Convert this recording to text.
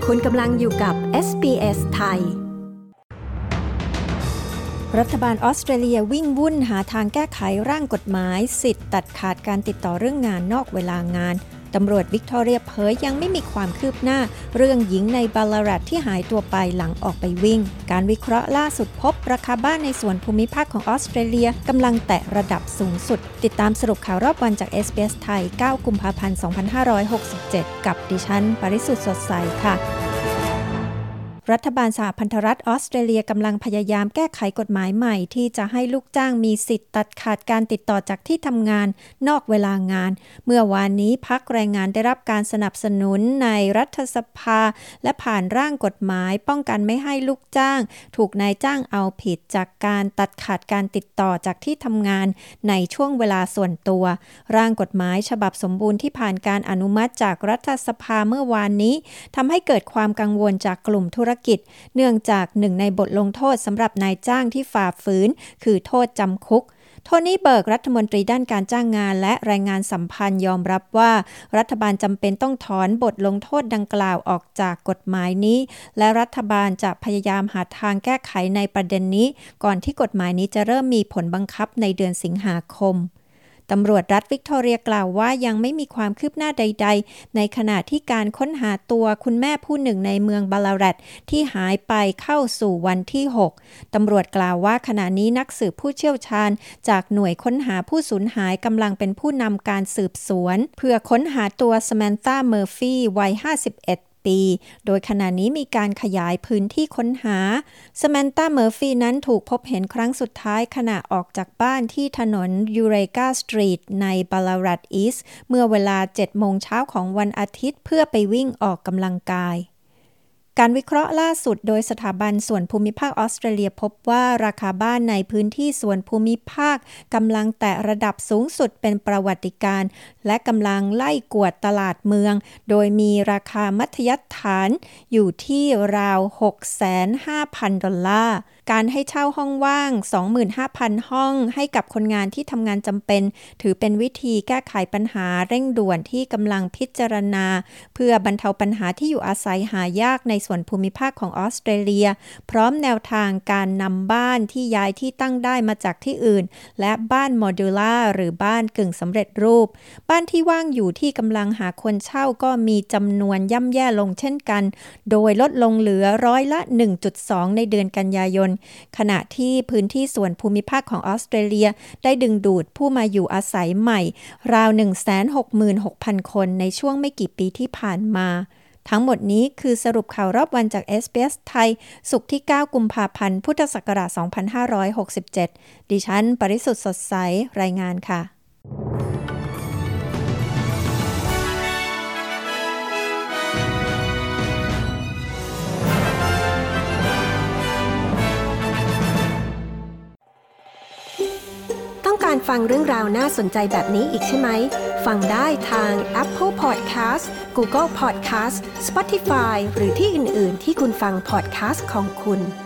คุณกำลังอยู่กับ SBS ไทยรัฐบาลออสเตรเลียวิ่งวุ่นหาทางแก้ไขร่างกฎหมายสิทธิ์ตัดขาดการติดต่อเรื่องงานนอกเวลางานตำรวจวิกตอเรียเผยยังไม่มีความคืบหน้าเรื่องหญิงในบาลารัตที่หายตัวไปหลังออกไปวิ่งการวิเคราะห์ล่าสุดพบราคาบ้านในส่วนภูมิภาคของออสเตรเลียกำลังแตะระดับสูงสุดติดตามสรุปข่าวรอบวันจาก SBS ไทย 9 กุมภาพันธ์ 2567 กับดิฉันปริสุทธิ์สดใสค่ะรัฐบาลสหพันธรัฐออสเตรเลียกำลังพยายามแก้ไขกฎหมายใหม่ที่จะให้ลูกจ้างมีสิทธิ์ตัดขาดการติดต่อจากที่ทำงานนอกเวลางานเมื่อวานนี้พรรคแรงงานได้รับการสนับสนุนในรัฐสภาและผ่านร่างกฎหมายป้องกันไม่ให้ลูกจ้างถูกนายจ้างเอาผิดจากการตัดขาดการติดต่อจากที่ทำงานในช่วงเวลาส่วนตัวร่างกฎหมายฉบับสมบูรณ์ที่ผ่านการอนุมัติจากรัฐสภาเมื่อวานนี้ทำให้เกิดความกังวลจากกลุ่มธุรกิจเนื่องจากหนึ่งในบทลงโทษสำหรับนายจ้างที่ฝ่าฝืนคือโทษจำคุกโทนี่เบิร์กรัฐมนตรีด้านการจ้างงานและแรงงานสัมพันธ์ยอมรับว่ารัฐบาลจำเป็นต้องถอนบทลงโทษดังกล่าวออกจากกฎหมายนี้และรัฐบาลจะพยายามหาทางแก้ไขในประเด็นนี้ก่อนที่กฎหมายนี้จะเริ่มมีผลบังคับในเดือนสิงหาคมตำรวจรัฐวิกตอเรียกล่าวว่ายังไม่มีความคืบหน้าใดๆในขณะที่การค้นหาตัวคุณแม่ผู้หนึ่งในเมืองบาลารัตที่หายไปเข้าสู่วันที่ 6 ตำรวจกล่าวว่าขณะนี้นักสืบผู้เชี่ยวชาญจากหน่วยค้นหาผู้สูญหายกำลังเป็นผู้นำการสืบสวนเพื่อค้นหาตัวสแมนธาเมอร์ฟี่วัย 51ปีโดยขณะนี้มีการขยายพื้นที่ค้นหาสแมนธาเมอร์ฟี่นั้นถูกพบเห็นครั้งสุดท้ายขณะออกจากบ้านที่ถนนยูเรกาสตรีทในบาลารัตอีสต์เมื่อเวลา 7 โมงเช้าของวันอาทิตย์เพื่อไปวิ่งออกกำลังกายการวิเคราะห์ล่าสุดโดยสถาบันส่วนภูมิภาคออสเตรเลียพบว่าราคาบ้านในพื้นที่ส่วนภูมิภาคกำลังแตะระดับสูงสุดเป็นประวัติการณ์และกำลังไล่กวดตลาดเมืองโดยมีราคามัธยฐานอยู่ที่ราว 650,000 ดอลลาร์การให้เช่าห้องว่าง 25,000 ห้องให้กับคนงานที่ทำงานจำเป็นถือเป็นวิธีแก้ไขปัญหาเร่งด่วนที่กำลังพิจารณาเพื่อบรรเทาปัญหาที่อยู่อาศัยหายากในส่วนภูมิภาคของออสเตรเลียพร้อมแนวทางการนำบ้านที่ย้ายที่ตั้งได้มาจากที่อื่นและบ้านโมดูล่าหรือบ้านกึ่งสำเร็จรูปบ้านที่ว่างอยู่ที่กำลังหาคนเช่าก็มีจำนวนย่ำแย่ลงเช่นกันโดยลดลงเหลือร้อยละ 1.2 ในเดือนกันยายนขณะที่พื้นที่ส่วนภูมิภาคของออสเตรเลียได้ดึงดูดผู้มาอยู่อาศัยใหม่ราว 166,000 คนในช่วงไม่กี่ปีที่ผ่านมาทั้งหมดนี้คือสรุปข่าวรอบวันจาก SBS ไทยศุกร์ที่ 9 กุมภาพันธ์ พุทธศักราช 2567 ดิฉันปริสุทธิ์สดใสรายงานค่ะต้องการฟังเรื่องราวน่าสนใจแบบนี้อีกใช่ไหมฟังได้ทาง Apple Podcast Google Podcast Spotify หรือที่อื่นๆที่คุณฟัง podcast ของคุณ